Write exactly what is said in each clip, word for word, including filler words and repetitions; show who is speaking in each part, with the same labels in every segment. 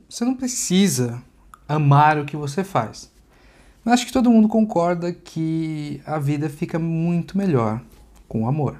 Speaker 1: você não precisa amar o que você faz. Mas acho que todo mundo concorda que a vida fica muito melhor com amor.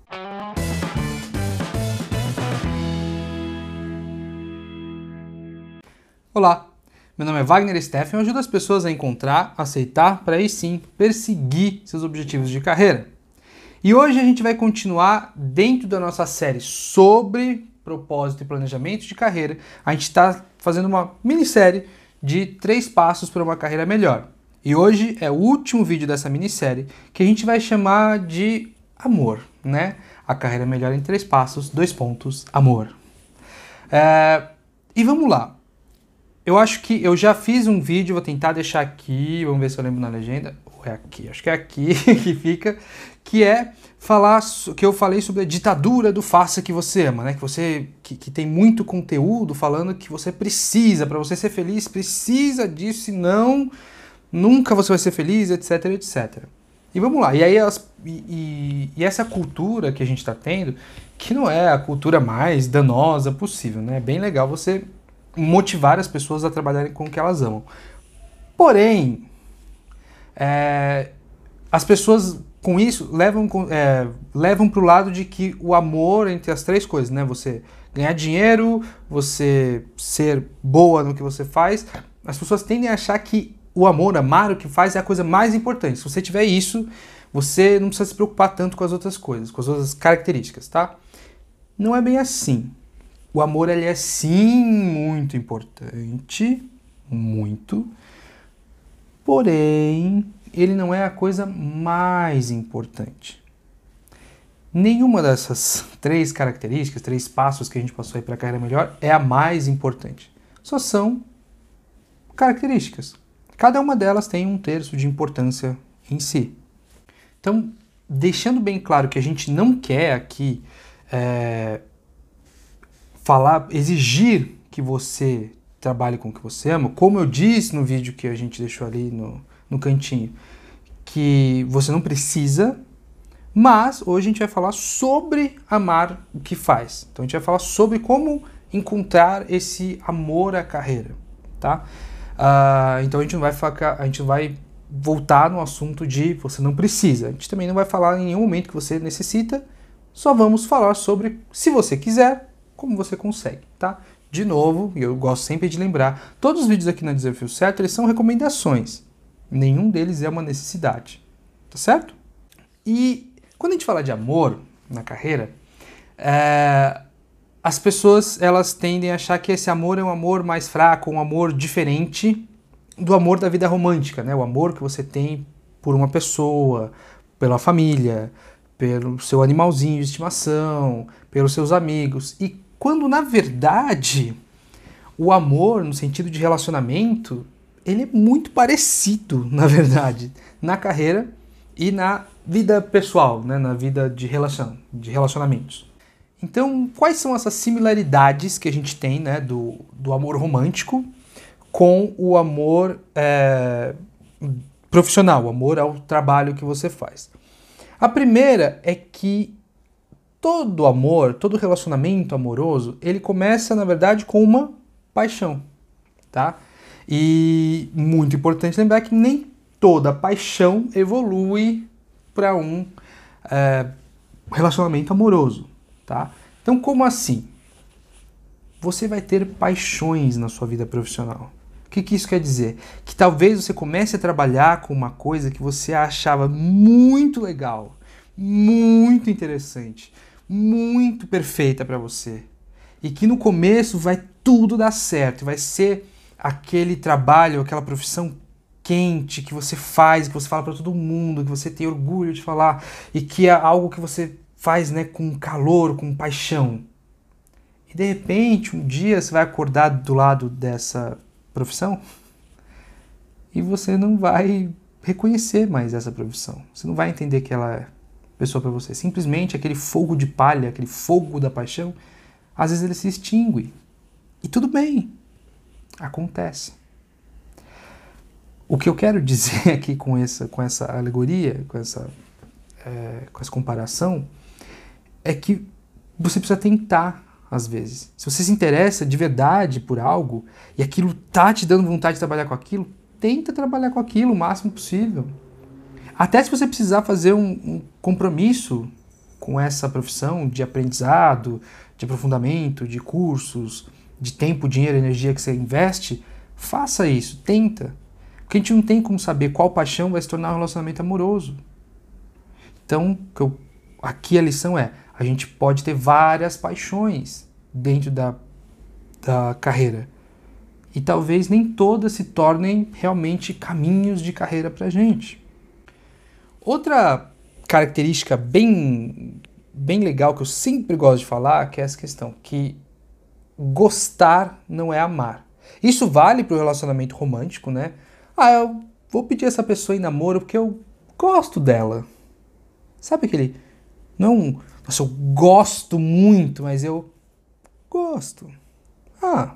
Speaker 1: Olá, meu nome é Wagner Steffen e eu ajudo as pessoas a encontrar, aceitar, para aí sim perseguir seus objetivos de carreira. E hoje a gente vai continuar dentro da nossa série sobre propósito e planejamento de carreira. A gente está fazendo uma minissérie de três passos para uma carreira melhor. E hoje é o último vídeo dessa minissérie que a gente vai chamar de amor, né? A carreira melhor em três passos, dois pontos, amor. É... E vamos lá. Eu acho que eu já fiz um vídeo, vou tentar deixar aqui, vamos ver se eu lembro na legenda. Ou é aqui, acho que é aqui que fica, que é falar, que eu falei sobre a ditadura do faça que você ama, né? Que você, que, que tem muito conteúdo falando que você precisa, para você ser feliz, precisa disso, senão nunca você vai ser feliz, etc, etcétera. E vamos lá, e aí as, e, e, e essa cultura que a gente está tendo, que não é a cultura mais danosa possível, né? É bem legal você motivar as pessoas a trabalharem com o que elas amam. Porém, é, as pessoas com isso levam, é, levam para o lado de que o amor entre as três coisas, né? Você ganhar dinheiro, você ser boa no que você faz, as pessoas tendem a achar que o amor, amar o que faz é a coisa mais importante. Se você tiver isso, você não precisa se preocupar tanto com as outras coisas, com as outras características, tá? Não é bem assim. O amor, ele é sim muito importante, muito, porém, ele não é a coisa mais importante. Nenhuma dessas três características, três passos que a gente passou aí para a carreira melhor é a mais importante. Só são características. Cada uma delas tem um terço de importância em si. Então, deixando bem claro que a gente não quer aqui é, falar, exigir que você trabalhe com o que você ama, como eu disse no vídeo que a gente deixou ali no, no cantinho, que você não precisa, mas hoje a gente vai falar sobre amar o que faz. Então a gente vai falar sobre como encontrar esse amor à carreira, tá? Uh, então a gente não vai focar, a gente vai voltar no assunto de você não precisa. A gente também não vai falar em nenhum momento que você necessita, só vamos falar sobre, se você quiser, como você consegue, tá? De novo, e eu gosto sempre de lembrar, todos os vídeos aqui na Desafio Certo, eles são recomendações. Nenhum deles é uma necessidade, tá certo? E quando a gente fala de amor na carreira, é, as pessoas elas tendem a achar que esse amor é um amor mais fraco, um amor diferente do amor da vida romântica, né? O amor que você tem por uma pessoa, pela família, pelo seu animalzinho de estimação, pelos seus amigos. E quando, na verdade, o amor, no sentido de relacionamento, ele é muito parecido, na verdade, na carreira e na vida pessoal, né? Na vida de, relação, de relacionamentos. Então, quais são essas similaridades que a gente tem, né, do, do amor romântico com o amor é, profissional, o amor ao trabalho que você faz? A primeira é que todo amor, todo relacionamento amoroso, ele começa, na verdade, com uma paixão, tá? E muito importante lembrar que nem toda paixão evolui para um é, relacionamento amoroso, tá? Então, como assim? Você vai ter paixões na sua vida profissional. O que, que isso quer dizer? Que talvez você comece a trabalhar com uma coisa que você achava muito legal, muito interessante, muito perfeita para você. E que no começo vai tudo dar certo, vai ser aquele trabalho, aquela profissão quente que você faz, que você fala para todo mundo, que você tem orgulho de falar e que é algo que você faz, né, com calor, com paixão. E de repente, um dia você vai acordar do lado dessa profissão e você não vai reconhecer mais essa profissão. Você não vai entender que ela é pessoa para você. Simplesmente aquele fogo de palha, aquele fogo da paixão, às vezes ele se extingue. E tudo bem. Acontece. O que eu quero dizer aqui com essa, com essa alegoria, com essa, é, com essa comparação, é que você precisa tentar às vezes. Se você se interessa de verdade por algo e aquilo tá te dando vontade de trabalhar com aquilo, tenta trabalhar com aquilo o máximo possível. Até se você precisar fazer um, um compromisso com essa profissão de aprendizado, de aprofundamento, de cursos, de tempo, dinheiro, energia que você investe, faça isso, tenta. Porque a gente não tem como saber qual paixão vai se tornar um relacionamento amoroso. Então, que eu, aqui a lição é, a gente pode ter várias paixões dentro da, da carreira. E talvez nem todas se tornem realmente caminhos de carreira pra gente. Outra característica bem, bem legal que eu sempre gosto de falar, que é essa questão, que gostar não é amar. Isso vale para o relacionamento romântico, né? Ah, eu vou pedir essa pessoa em namoro porque eu gosto dela. Sabe aquele... Não, nossa, eu gosto muito, mas eu gosto. Ah,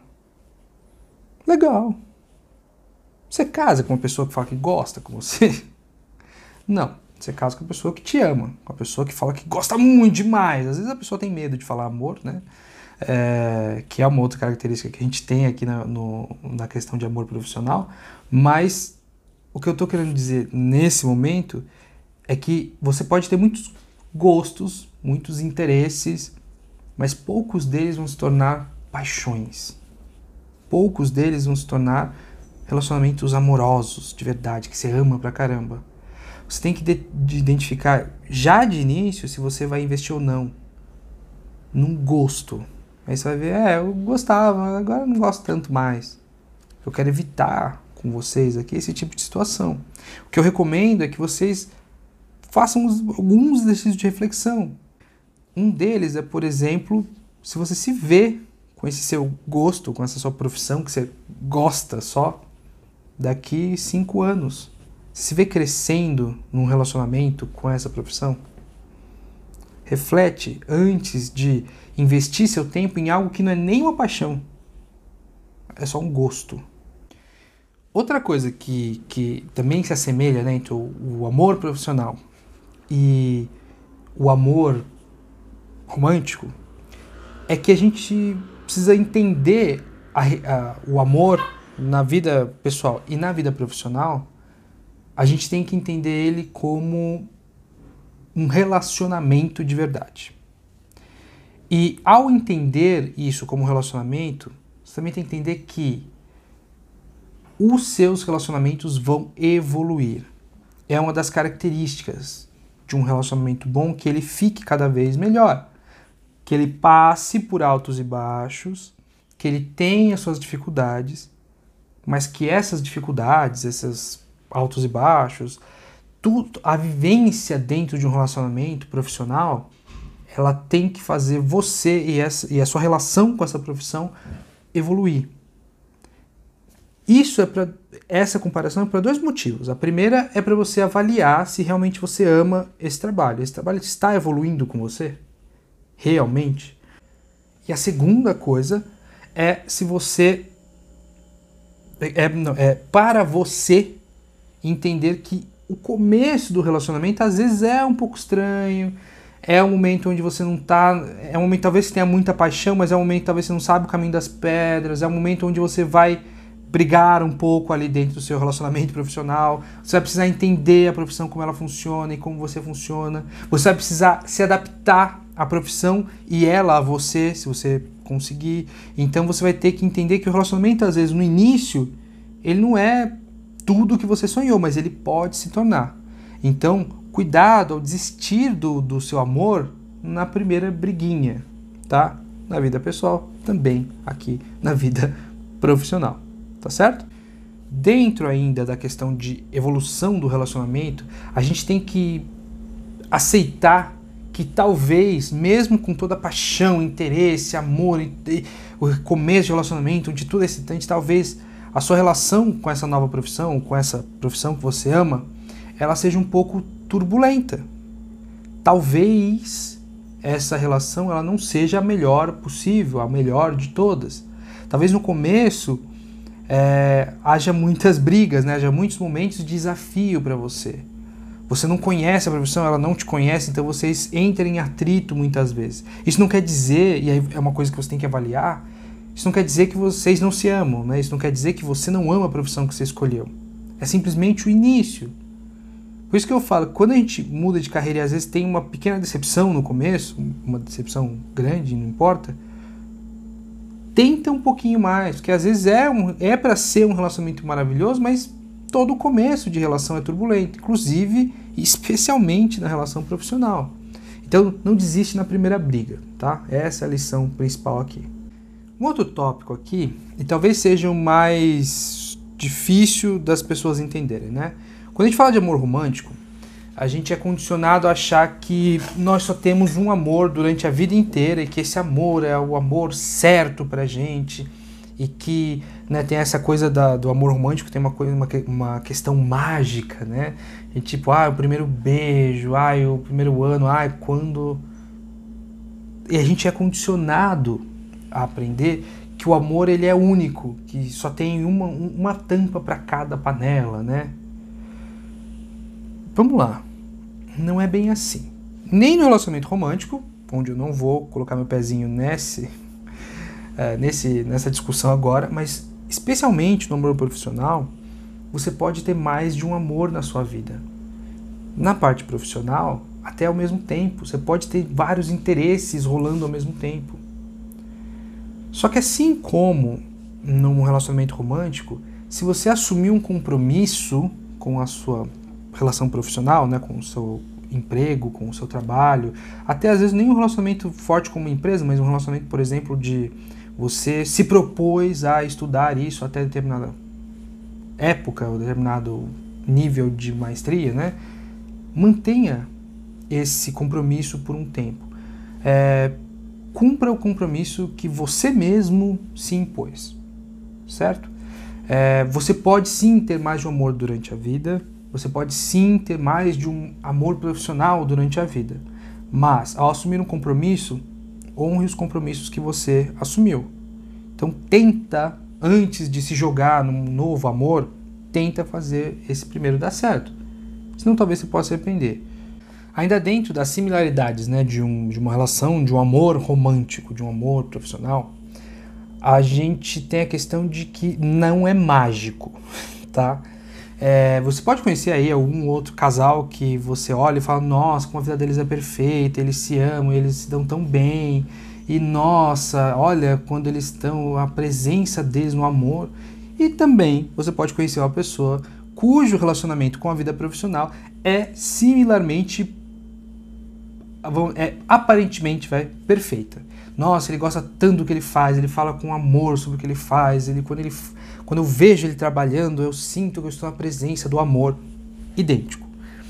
Speaker 1: legal. Você casa com uma pessoa que fala que gosta com você? Não, você casa com uma pessoa que te ama, com uma pessoa que fala que gosta muito demais. Às vezes a pessoa tem medo de falar amor, né? É, que é uma outra característica que a gente tem aqui na, no, na questão de amor profissional, mas o que eu estou querendo dizer nesse momento é que você pode ter muitos gostos, muitos interesses, mas poucos deles vão se tornar paixões. Poucos deles vão se tornar relacionamentos amorosos, de verdade, que você ama pra caramba. Você tem que de, de identificar já de início se você vai investir ou não num gosto. Aí você vai ver, é, eu gostava, agora eu não gosto tanto mais. Eu quero evitar com vocês aqui esse tipo de situação. O que eu recomendo é que vocês façam alguns exercícios de reflexão. Um deles é, por exemplo, se você se vê com esse seu gosto, com essa sua profissão que você gosta só, daqui cinco anos. Você se vê crescendo num relacionamento com essa profissão? Reflete antes de investir seu tempo em algo que não é nem uma paixão. É só um gosto. Outra coisa que, que também se assemelha, né, entre o, o amor profissional e o amor romântico é que a gente precisa entender a, a, o amor na vida pessoal e na vida profissional. A gente tem que entender ele como um relacionamento de verdade. E ao entender isso como relacionamento, você também tem que entender que os seus relacionamentos vão evoluir. É uma das características de um relacionamento bom que ele fique cada vez melhor. Que ele passe por altos e baixos, que ele tenha suas dificuldades, mas que essas dificuldades, esses altos e baixos, tudo, a vivência dentro de um relacionamento profissional, ela tem que fazer você e, essa, e a sua relação com essa profissão evoluir. Isso é para essa comparação é para dois motivos. A primeira é para você avaliar se realmente você ama esse trabalho. Esse trabalho está evoluindo com você? Realmente? E a segunda coisa é se você é, não, é para você entender que o começo do relacionamento às vezes é um pouco estranho, é um momento onde você não tá, é um momento talvez que tenha muita paixão, mas é um momento talvez você não sabe o caminho das pedras, é um momento onde você vai brigar um pouco ali dentro do seu relacionamento profissional, você vai precisar entender a profissão, como ela funciona e como você funciona, você vai precisar se adaptar à profissão e ela a você, se você conseguir. Então você vai ter que entender que o relacionamento, às vezes, no início, ele não é tudo o que você sonhou, mas ele pode se tornar. Então, cuidado ao desistir do, do seu amor na primeira briguinha, tá? Na vida pessoal, também aqui na vida profissional. Tá certo? Dentro ainda da questão de evolução do relacionamento, a gente tem que aceitar que talvez, mesmo com toda a paixão, interesse, amor, o começo de relacionamento, onde tudo é excitante, talvez a sua relação com essa nova profissão, com essa profissão que você ama, ela seja um pouco turbulenta. Talvez essa relação ela não seja a melhor possível, a melhor de todas. Talvez no começo É, haja muitas brigas, né? Haja muitos momentos de desafio para você. Você não conhece a profissão, ela não te conhece, então vocês entram em atrito muitas vezes. Isso não quer dizer, e aí é uma coisa que você tem que avaliar, isso não quer dizer que vocês não se amam, né? Isso não quer dizer que você não ama a profissão que você escolheu. É simplesmente o início. Por isso que eu falo, quando a gente muda de carreira e às vezes tem uma pequena decepção no começo, uma decepção grande, não importa, tenta um pouquinho mais, porque às vezes é, um, é para ser um relacionamento maravilhoso, mas todo o começo de relação é turbulento, inclusive, especialmente na relação profissional. Então, não desiste na primeira briga, tá? Essa é a lição principal aqui. Um outro tópico aqui, e talvez seja o mais difícil das pessoas entenderem, né? Quando a gente fala de amor romântico, a gente é condicionado a achar que nós só temos um amor durante a vida inteira e que esse amor é o amor certo pra gente e que, né, tem essa coisa da, do amor romântico, tem uma, coisa, uma, uma questão mágica, né? E tipo, ah, o primeiro beijo, ah, o primeiro ano, ah, quando... E a gente é condicionado a aprender que o amor ele é único, que só tem uma, uma tampa para cada panela, né? Vamos lá, não é bem assim. Nem no relacionamento romântico, onde eu não vou colocar meu pezinho nesse, uh, nesse, nessa discussão agora, mas especialmente no amor profissional, você pode ter mais de um amor na sua vida. Na parte profissional, até ao mesmo tempo, você pode ter vários interesses rolando ao mesmo tempo. Só que assim como num relacionamento romântico, se você assumir um compromisso com a sua relação profissional, né, com o seu emprego, com o seu trabalho, até às vezes nem um relacionamento forte como empresa, mas um relacionamento, por exemplo, de você se propôs a estudar isso até determinada época, ou determinado nível de maestria, né, mantenha esse compromisso por um tempo. É, cumpra o compromisso que você mesmo se impôs, certo? É, você pode sim ter mais de um amor durante a vida, você pode sim ter mais de um amor profissional durante a vida, mas ao assumir um compromisso, honre os compromissos que você assumiu. Então tenta, antes de se jogar num novo amor, tenta fazer esse primeiro dar certo, senão talvez você possa se arrepender. Ainda dentro das similaridades, né, de, um, de uma relação, de um amor romântico, de um amor profissional, a gente tem a questão de que não é mágico, tá? É, você pode conhecer aí algum outro casal que você olha e fala, nossa, como a vida deles é perfeita, eles se amam, eles se dão tão bem, e nossa, olha quando eles estão, a presença deles no amor. E também você pode conhecer uma pessoa cujo relacionamento com a vida profissional é similarmente, é, aparentemente, vai, perfeita. Nossa, ele gosta tanto do que ele faz, ele fala com amor sobre o que ele faz, ele, quando, ele, quando eu vejo ele trabalhando, eu sinto que eu estou na presença do amor, idêntico.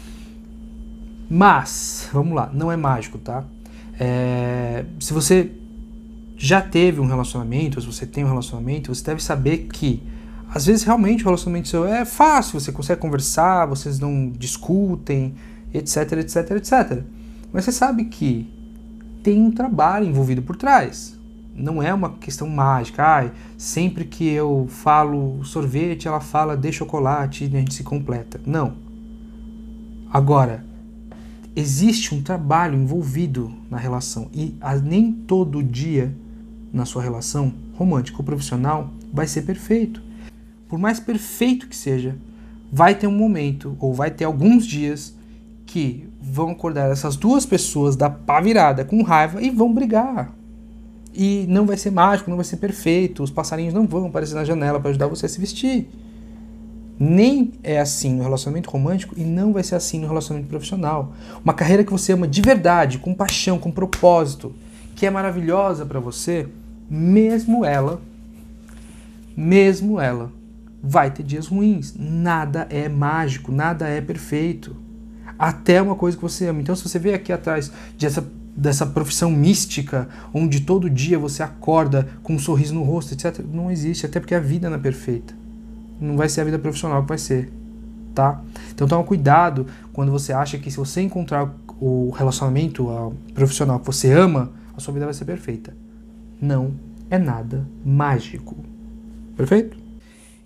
Speaker 1: Mas, vamos lá, não é mágico, tá? É, se você já teve um relacionamento, ou se você tem um relacionamento, você deve saber que, às vezes, realmente o relacionamento seu é fácil, você consegue conversar, vocês não discutem, etc, etc, etcétera. Mas você sabe que tem um trabalho envolvido por trás. Não é uma questão mágica. Ai, sempre que eu falo sorvete, ela fala de chocolate e a gente se completa. Não. Agora, existe um trabalho envolvido na relação e nem todo dia na sua relação romântica ou profissional vai ser perfeito. Por mais perfeito que seja, vai ter um momento ou vai ter alguns dias que vão acordar essas duas pessoas da pá virada com raiva e vão brigar. E não vai ser mágico, não vai ser perfeito, os passarinhos não vão aparecer na janela para ajudar você a se vestir. Nem é assim no relacionamento romântico e não vai ser assim no relacionamento profissional. Uma carreira que você ama de verdade, com paixão, com propósito, que é maravilhosa para você, mesmo ela, mesmo ela, vai ter dias ruins. Nada é mágico, nada é perfeito. Até uma coisa que você ama. Então, se você vê aqui atrás dessa, dessa profissão mística, onde todo dia você acorda com um sorriso no rosto, etcétera, não existe, até porque a vida não é perfeita. Não vai ser a vida profissional que vai ser, tá? Então, toma cuidado quando você acha que se você encontrar o relacionamento profissional que você ama, a sua vida vai ser perfeita. Não é nada mágico. Perfeito?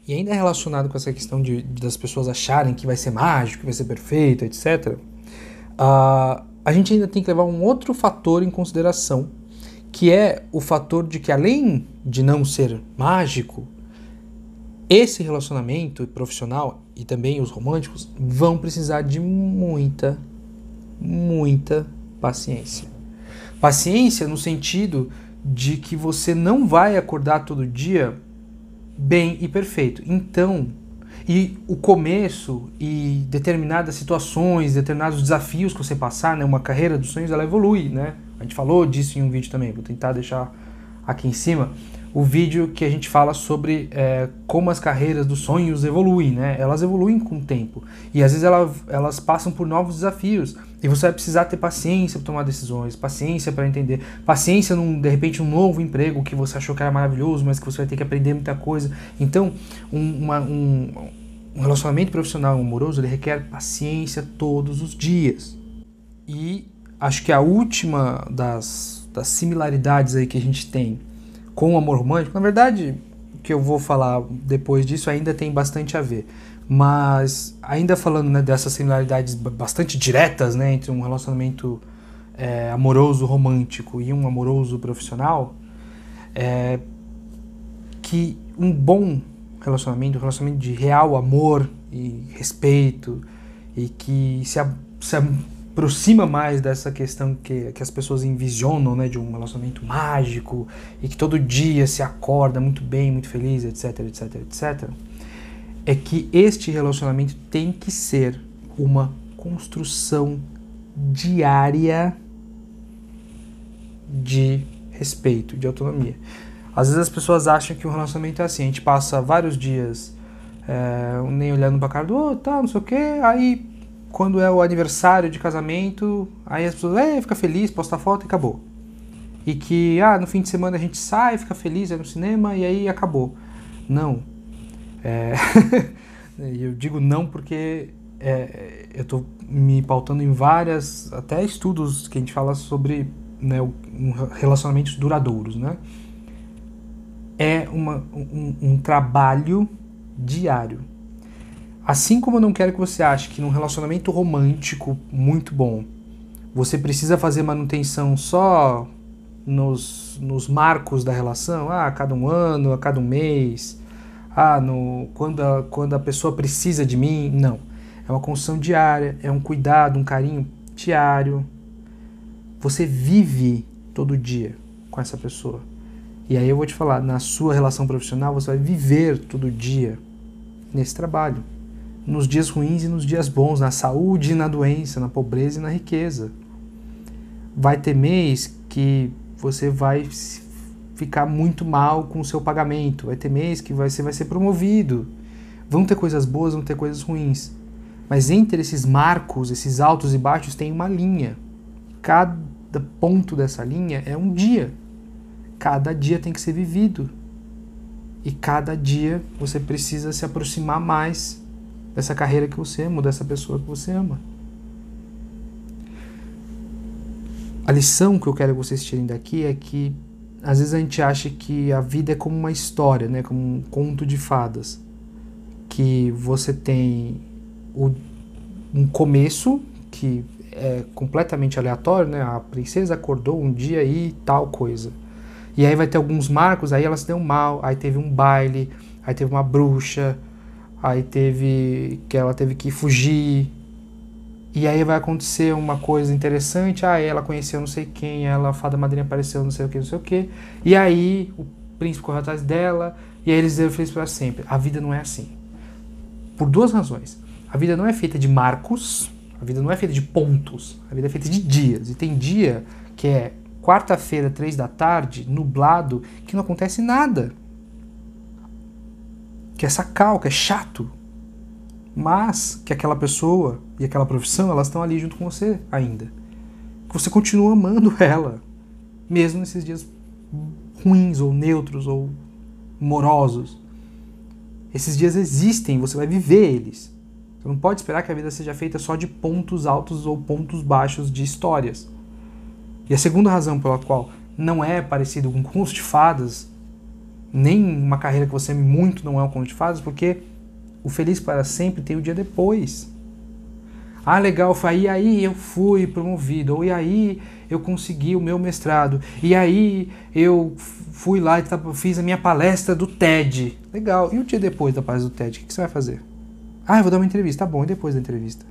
Speaker 1: e ainda é relacionado com essa questão de, de das pessoas acharem que vai ser mágico, que vai ser perfeito, etcétera, uh, a gente ainda tem que levar um outro fator em consideração, que é o fator de que, além de não ser mágico, esse relacionamento profissional e também os românticos vão precisar de muita, muita paciência. Paciência no sentido de que você não vai acordar todo dia bem e perfeito. Então, e o começo e determinadas situações, determinados desafios que você passar, né, uma carreira dos sonhos, ela evolui, né? A gente falou disso em um vídeo também, vou tentar deixar aqui em cima o vídeo que a gente fala sobre é, como as carreiras dos sonhos evoluem, né? Elas evoluem com o tempo e às vezes elas, elas passam por novos desafios e você vai precisar ter paciência para tomar decisões, paciência para entender, paciência num, de repente, um novo emprego que você achou que era maravilhoso, mas que você vai ter que aprender muita coisa. Então, um, uma, um, um relacionamento profissional amoroso, ele requer paciência todos os dias. E acho que a última das, das similaridades aí que a gente tem com o amor romântico, na verdade, o que eu vou falar depois disso ainda tem bastante a ver, mas ainda falando, né, dessas similaridades bastante diretas, né, entre um relacionamento é, amoroso romântico e um amoroso profissional, é, que um bom relacionamento, um relacionamento de real amor e respeito, e que se, a, se aproxima mais dessa questão que, que as pessoas envisionam, né, de um relacionamento mágico e que todo dia se acorda muito bem, muito feliz, etc, etc, etcétera, é que este relacionamento tem que ser uma construção diária de respeito, de autonomia. Às vezes as pessoas acham que um relacionamento é assim, a gente passa vários dias é, nem olhando pra cara do outro, tá, não sei o que, aí quando é o aniversário de casamento, aí as pessoas, é, fica feliz, posta foto e acabou. E que, ah, no fim de semana a gente sai, fica feliz, vai no cinema e aí acabou. Não. É... eu digo não porque é, eu tô me pautando em várias, até estudos que a gente fala sobre, né, um, relacionamentos duradouros, né? É uma, um, um trabalho diário. Assim como eu não quero que você ache que num relacionamento romântico muito bom, você precisa fazer manutenção só nos, nos marcos da relação, ah, a cada um ano, a cada um mês, ah, no, quando, a, quando a pessoa precisa de mim, não. É uma construção diária, é um cuidado, um carinho diário. Você vive todo dia com essa pessoa. E aí eu vou te falar, na sua relação profissional, você vai viver todo dia nesse trabalho. Nos dias ruins e nos dias bons, na saúde e na doença, na pobreza e na riqueza. Vai ter mês que você vai ficar muito mal com o seu pagamento, vai ter mês que você vai ser promovido. Vão ter coisas boas, vão ter coisas ruins. Mas entre esses marcos, esses altos e baixos, tem uma linha. Cada ponto dessa linha é um dia. Cada dia tem que ser vivido. E cada dia você precisa se aproximar mais dessa carreira que você ama, dessa pessoa que você ama. A lição que eu quero que vocês tirem daqui é que às vezes a gente acha que a vida é como uma história, né? Como um conto de fadas. Que você tem o, um começo que é completamente aleatório, né? A princesa acordou um dia e tal coisa. E aí vai ter alguns marcos, aí ela se deu mal, aí teve um baile, aí teve uma bruxa, aí teve que ela teve que fugir, e aí vai acontecer uma coisa interessante, ah, ela conheceu não sei quem, ela, a fada madrinha apareceu não sei o que, não sei o que, e aí o príncipe correu atrás dela, e aí eles viveram felizes para sempre. A vida não é assim. Por duas razões. A vida não é feita de marcos, a vida não é feita de pontos, a vida é feita de dias, e tem dia que é quarta-feira, três da tarde, nublado, que não acontece nada. Que é sacal, que é chato. Mas que aquela pessoa e aquela profissão, elas estão ali junto com você ainda. Que você continua amando ela. Mesmo nesses dias ruins, ou neutros, ou morosos. Esses dias existem, você vai viver eles. Você não pode esperar que a vida seja feita só de pontos altos ou pontos baixos de histórias. E a segunda razão pela qual não é parecido com contos de fadas, nem uma carreira que você muito não é um conto de fadas, porque o feliz para sempre tem o dia depois. Ah, legal, foi e aí eu fui promovido, ou e aí eu consegui o meu mestrado, e aí eu fui lá e fiz a minha palestra do TED. Legal, e o dia depois da palestra do TED, o que você vai fazer? Ah, eu vou dar uma entrevista, tá bom, e depois da entrevista?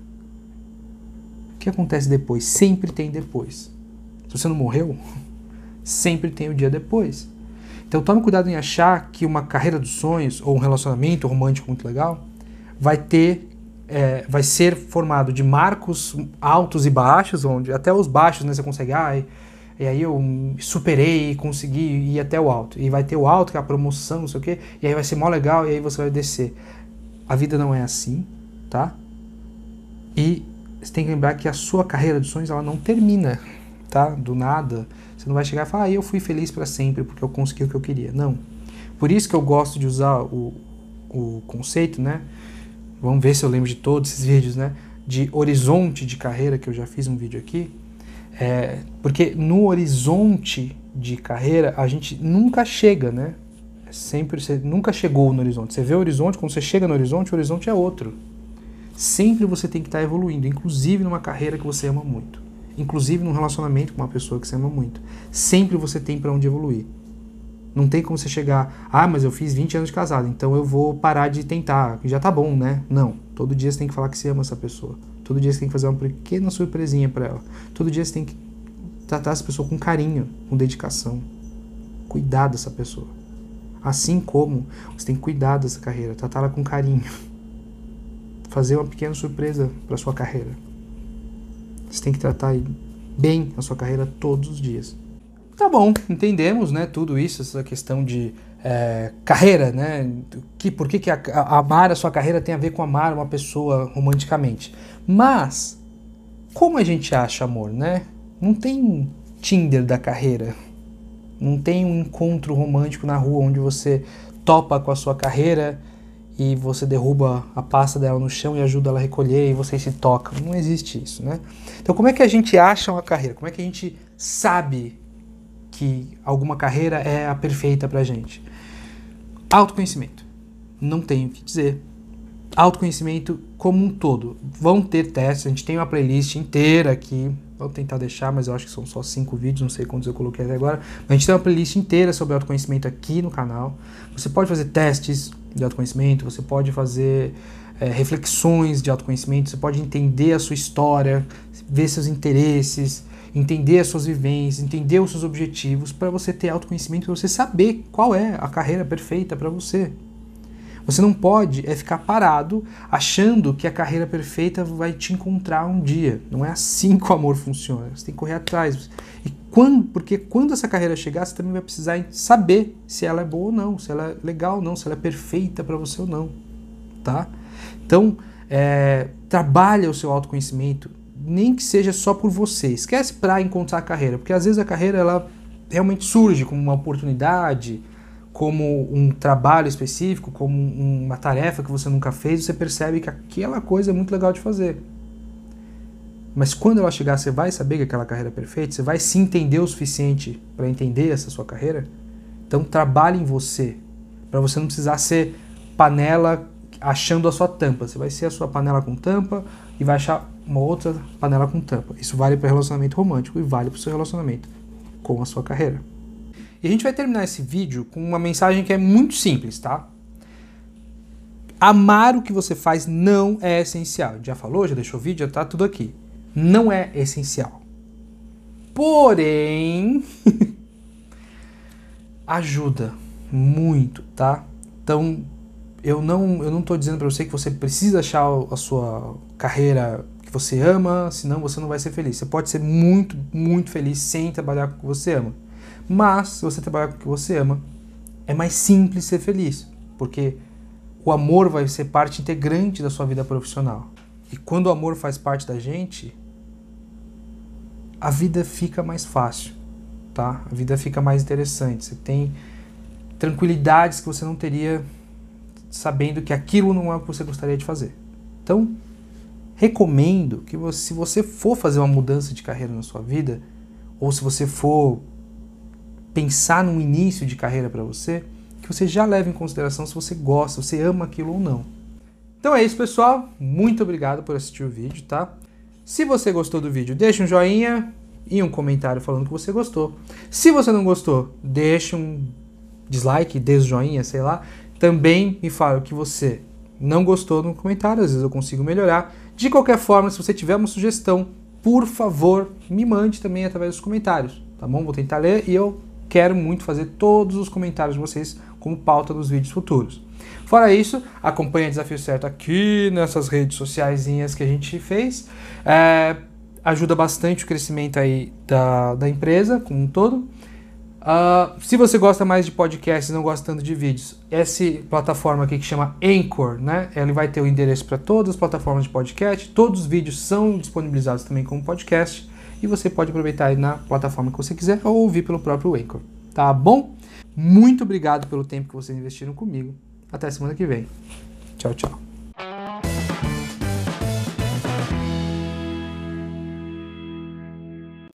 Speaker 1: O que acontece depois? Sempre tem depois. Se você não morreu, sempre tem o dia depois. Então tome cuidado em achar que uma carreira dos sonhos, ou um relacionamento romântico muito legal, vai ter... É, vai ser formado de marcos altos e baixos, onde até os baixos, né, você consegue, ah, e, e aí eu superei, consegui ir até o alto, e vai ter o alto, que é a promoção, não sei o quê, e aí vai ser mó legal, e aí você vai descer. A vida não é assim, tá? E você tem que lembrar que a sua carreira de sonhos, ela não termina, tá? Do nada, você não vai chegar e falar, ah, eu fui feliz para sempre, porque eu consegui o que eu queria. Não. Por isso que eu gosto de usar o, o conceito, né? Vamos ver se eu lembro de todos esses vídeos, né? De horizonte de carreira, que eu já fiz um vídeo aqui. É, porque no horizonte de carreira, a gente nunca chega, né? É sempre, você nunca chegou no horizonte. Você vê o horizonte, quando você chega no horizonte, o horizonte é outro. Sempre você tem que estar evoluindo, inclusive numa carreira que você ama muito. Inclusive num relacionamento com uma pessoa que você ama muito. Sempre você tem para onde evoluir. Não tem como você chegar, ah, mas eu fiz vinte anos de casado, então eu vou parar de tentar, já tá bom, né? Não, todo dia você tem que falar que você ama essa pessoa. Todo dia você tem que fazer uma pequena surpresinha pra ela. Todo dia você tem que tratar essa pessoa com carinho, com dedicação. Cuidar dessa pessoa. Assim como você tem que cuidar dessa carreira, tratar ela com carinho. Fazer uma pequena surpresa pra sua carreira. Você tem que tratar bem a sua carreira todos os dias. Tá bom, entendemos, né, tudo isso, essa questão de é, carreira, né, que, por que, que a, a, amar a sua carreira tem a ver com amar uma pessoa romanticamente. Mas, como a gente acha amor, né? Não tem Tinder da carreira, não tem um encontro romântico na rua onde você topa com a sua carreira e você derruba a pasta dela no chão e ajuda ela a recolher e vocês se tocam. Não existe isso, né? Então como é que a gente acha uma carreira? Como é que a gente sabe que alguma carreira é a perfeita pra gente? Autoconhecimento. Não tenho o que dizer. Autoconhecimento como um todo. Vão ter testes, a gente tem uma playlist inteira aqui, vou tentar deixar, mas eu acho que são só cinco vídeos, não sei quantos eu coloquei até agora, mas a gente tem uma playlist inteira sobre autoconhecimento aqui no canal. Você pode fazer testes de autoconhecimento, você pode fazer é, reflexões de autoconhecimento, você pode entender a sua história, ver seus interesses, entender as suas vivências, entender os seus objetivos, para você ter autoconhecimento, para você saber qual é a carreira perfeita para você. Você não pode é ficar parado achando que a carreira perfeita vai te encontrar um dia. Não é assim que o amor funciona. Você tem que correr atrás. E quando, porque quando essa carreira chegar, você também vai precisar saber se ela é boa ou não, se ela é legal ou não, se ela é perfeita para você ou não. Tá? Então, é, trabalha o seu autoconhecimento, nem que seja só por você. Esquece para encontrar a carreira, porque às vezes a carreira ela realmente surge como uma oportunidade, como um trabalho específico, como uma tarefa que você nunca fez, você percebe que aquela coisa é muito legal de fazer. Mas quando ela chegar, você vai saber que aquela carreira é perfeita? Você vai se entender o suficiente para entender essa sua carreira? Então trabalhe em você, para você não precisar ser panela achando a sua tampa. Você vai ser a sua panela com tampa e vai achar uma outra panela com tampa. Isso vale para relacionamento romântico e vale para o seu relacionamento com a sua carreira. E a gente vai terminar esse vídeo com uma mensagem que é muito simples, tá? Amar o que você faz não é essencial. Já falou, já deixou o vídeo, já tá tudo aqui. Não é essencial. Porém, ajuda muito, tá? Então, eu não, eu não tô dizendo pra você que você precisa achar a sua carreira que você ama, senão você não vai ser feliz. Você pode ser muito, muito feliz sem trabalhar com o que você ama. Mas, se você trabalhar com o que você ama, é mais simples ser feliz, porque o amor vai ser parte integrante da sua vida profissional. E quando o amor faz parte da gente, a vida fica mais fácil, tá? A vida fica mais interessante. Você tem tranquilidades que você não teria sabendo que aquilo não é o que você gostaria de fazer. Então, recomendo que você, se você for fazer uma mudança de carreira na sua vida, ou se você for pensar num início de carreira para você, que você já leva em consideração se você gosta, se você ama aquilo ou não. Então é isso, pessoal. Muito obrigado por assistir o vídeo, tá? Se você gostou do vídeo, deixa um joinha e um comentário falando que você gostou. Se você não gostou, deixa um dislike, dê joinha, sei lá. Também me fala o que você não gostou no comentário, às vezes eu consigo melhorar. De qualquer forma, se você tiver uma sugestão, por favor, me mande também através dos comentários, tá bom? Vou tentar ler e eu quero muito fazer todos os comentários de vocês como pauta dos vídeos futuros. Fora isso, acompanhe o Desafio Certo aqui nessas redes sociaisinhas que a gente fez. É, ajuda bastante o crescimento aí da, da empresa como um todo. Uh, se você gosta mais de podcasts e não gosta tanto de vídeos, essa plataforma aqui que chama Anchor, né? Ele vai ter o endereço para todas as plataformas de podcast. Todos os vídeos são disponibilizados também como podcast. E você pode aproveitar aí na plataforma que você quiser ou ouvir pelo próprio Anchor. Tá bom? Muito obrigado pelo tempo que vocês investiram comigo. Até semana que vem. Tchau, tchau.